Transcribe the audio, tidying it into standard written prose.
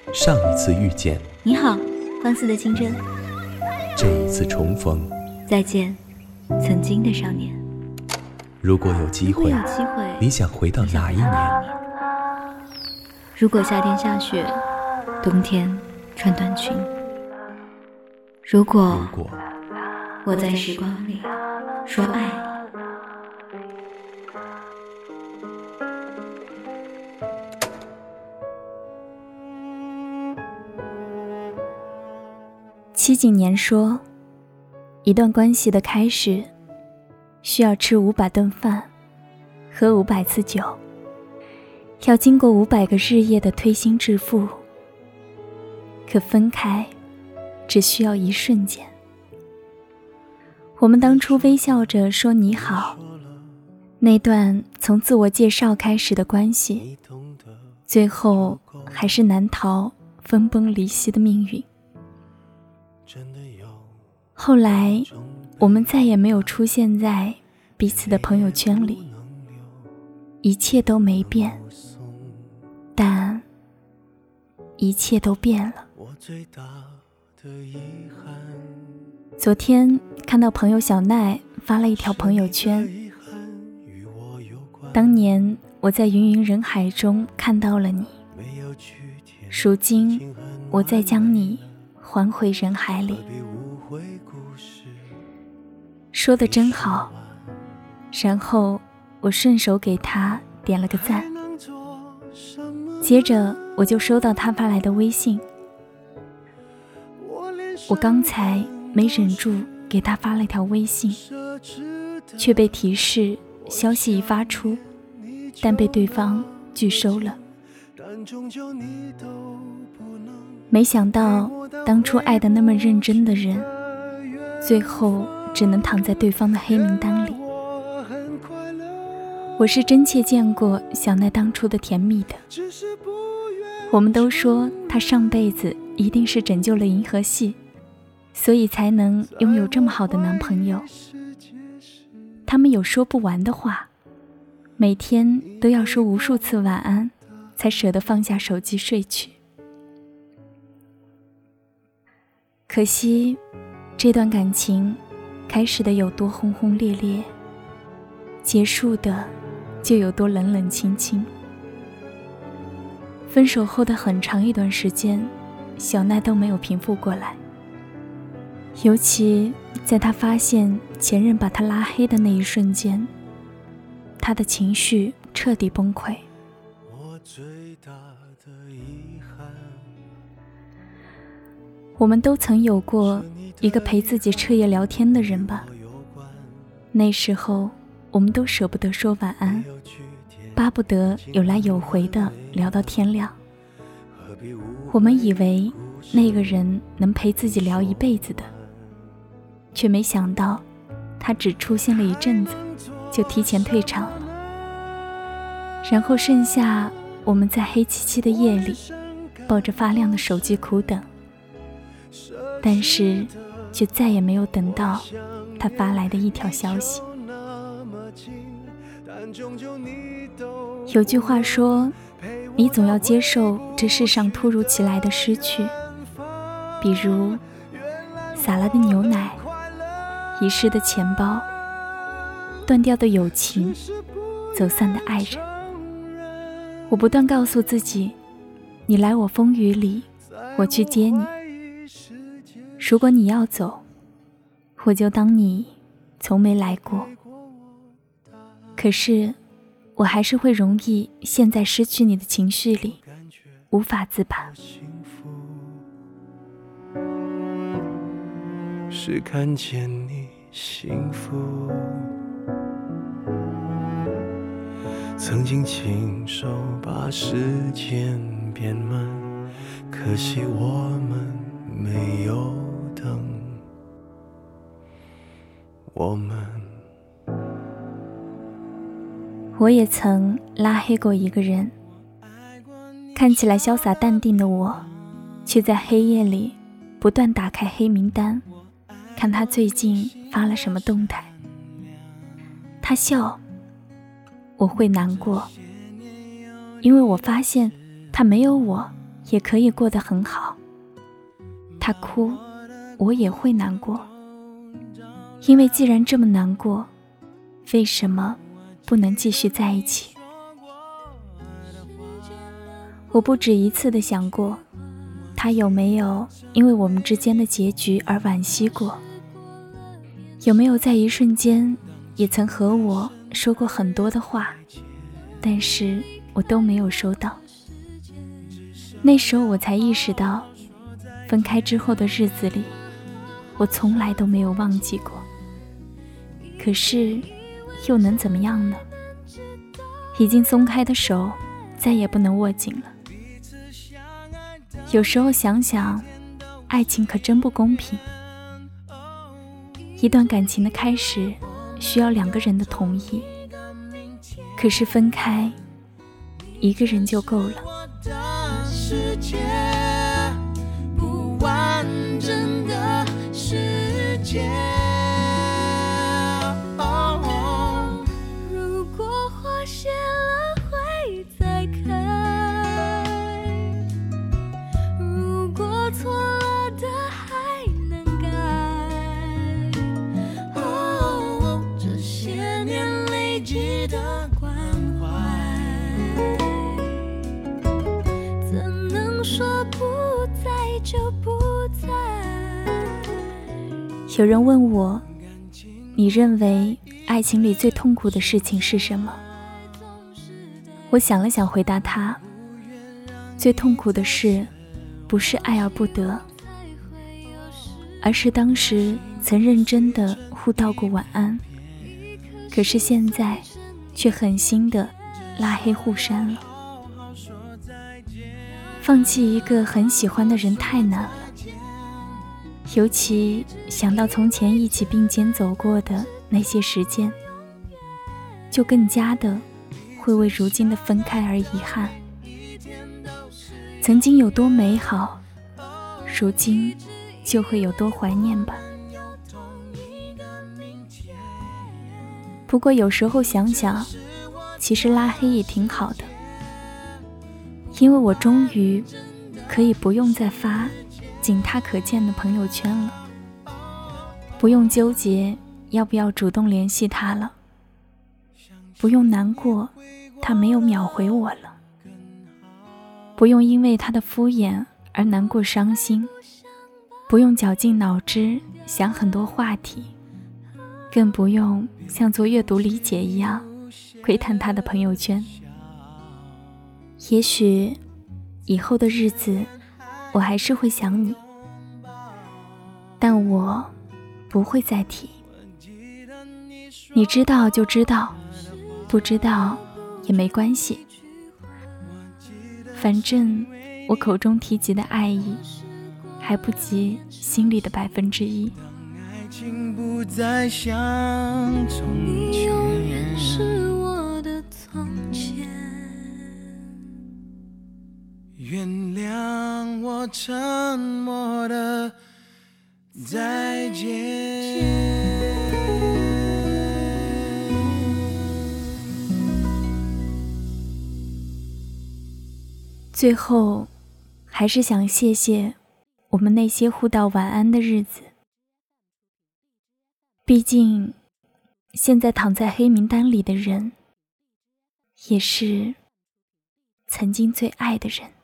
上一次遇见， 你好，放肆的清真。 这一次重逢， 再见，曾经的少年。 如果有机会，你想回到哪一年？ 如果夏天下雪，冬天穿短裙。如果我在时光里说爱七景年说，一段关系的开始需要吃500顿饭，喝500次酒，要经过500个日夜的推心置腹，可分开只需要一瞬间。我们当初微笑着说你好，那段从自我介绍开始的关系，最后还是难逃分崩离析的命运。后来我们再也没有出现在彼此的朋友圈里，一切都没变，但一切都变了。昨天看到朋友小奈发了一条朋友圈，当年我在芸芸人海中看到了你，如今我再将你还回人海里。说得真好，然后我顺手给他点了个赞，接着我就收到他发来的微信。我刚才没忍住给他发了一条微信，却被提示消息已发出，但被对方拒收了。没想到当初爱得那么认真的人，最后只能躺在对方的黑名单里。我是真切见过小奈当初的甜蜜的，我们都说她上辈子一定是拯救了银河系，所以才能拥有这么好的男朋友。他们有说不完的话，每天都要说无数次晚安，才舍得放下手机睡去。可惜这段感情开始的有多轰轰烈烈，结束的就有多冷冷清清。分手后的很长一段时间，小奈都没有平复过来，尤其在她发现前任把她拉黑的那一瞬间，她的情绪彻底崩溃。我们都曾有过一个陪自己彻夜聊天的人吧，那时候我们都舍不得说晚安，巴不得有来有回的聊到天亮。我们以为那个人能陪自己聊一辈子的，却没想到他只出现了一阵子就提前退场了。然后剩下我们在黑漆漆的夜里抱着发亮的手机苦等，但是却再也没有等到他发来的一条消息。有句话说，你总要接受这世上突如其来的失去，比如洒了的牛奶，遗失的钱包，断掉的友情，走散的爱人。我不断告诉自己，你来我风雨里，我去接你。如果你要走，我就当你从没来过。可是我还是会容易陷在失去你的情绪里，无法自拔。 是看见你幸福，曾经亲手把时间变慢，可惜我们没有等， 我也曾拉黑过一个人，看起来潇洒淡定的我，却在黑夜里不断打开黑名单，看他最近发了什么动态。他笑，我会难过，因为我发现他没有我也可以过得很好。他哭，我也会难过，因为既然这么难过，为什么不能继续在一起？我不止一次地想过，他有没有因为我们之间的结局而惋惜过？有没有在一瞬间也曾和我说过很多的话，但是我都没有收到。那时候我才意识到，分开之后的日子里，我从来都没有忘记过。可是又能怎么样呢？已经松开的手再也不能握紧了。有时候想想，爱情可真不公平。一段感情的开始需要2个人的同意，可是分开1个人就够了。 不完整的世界， 如果花谢了会再开，如果错了的还能改，这些年累积的关怀，怎能说不在就不在？ 有人问我，你认为爱情里最痛苦的事情是什么？我想了想回答他，最痛苦的事不是爱而不得，而是当时曾认真地互道过晚安，可是现在却狠心地拉黑互删了。放弃一个很喜欢的人太难了，尤其想到从前一起并肩走过的那些时间，就更加的会为如今的分开而遗憾。曾经有多美好，如今就会有多怀念吧。不过有时候想想，其实拉黑也挺好的，因为我终于可以不用再发仅他可见的朋友圈了，不用纠结要不要主动联系他了，不用难过他没有秒回我了，不用因为他的敷衍而难过伤心，不用绞尽脑汁想很多话题，更不用像做阅读理解一样窥探他的朋友圈。也许以后的日子我还是会想你，但我不会再提。你知道就知道，不知道也没关系，反正我口中提及的爱意还不及心里的1%。 爱情不再像从你前， 永远是我的从前， 原谅我沉默的再见。 最后还是想谢谢我们那些互道晚安的日子，毕竟现在躺在黑名单里的人，也是曾经最爱的人。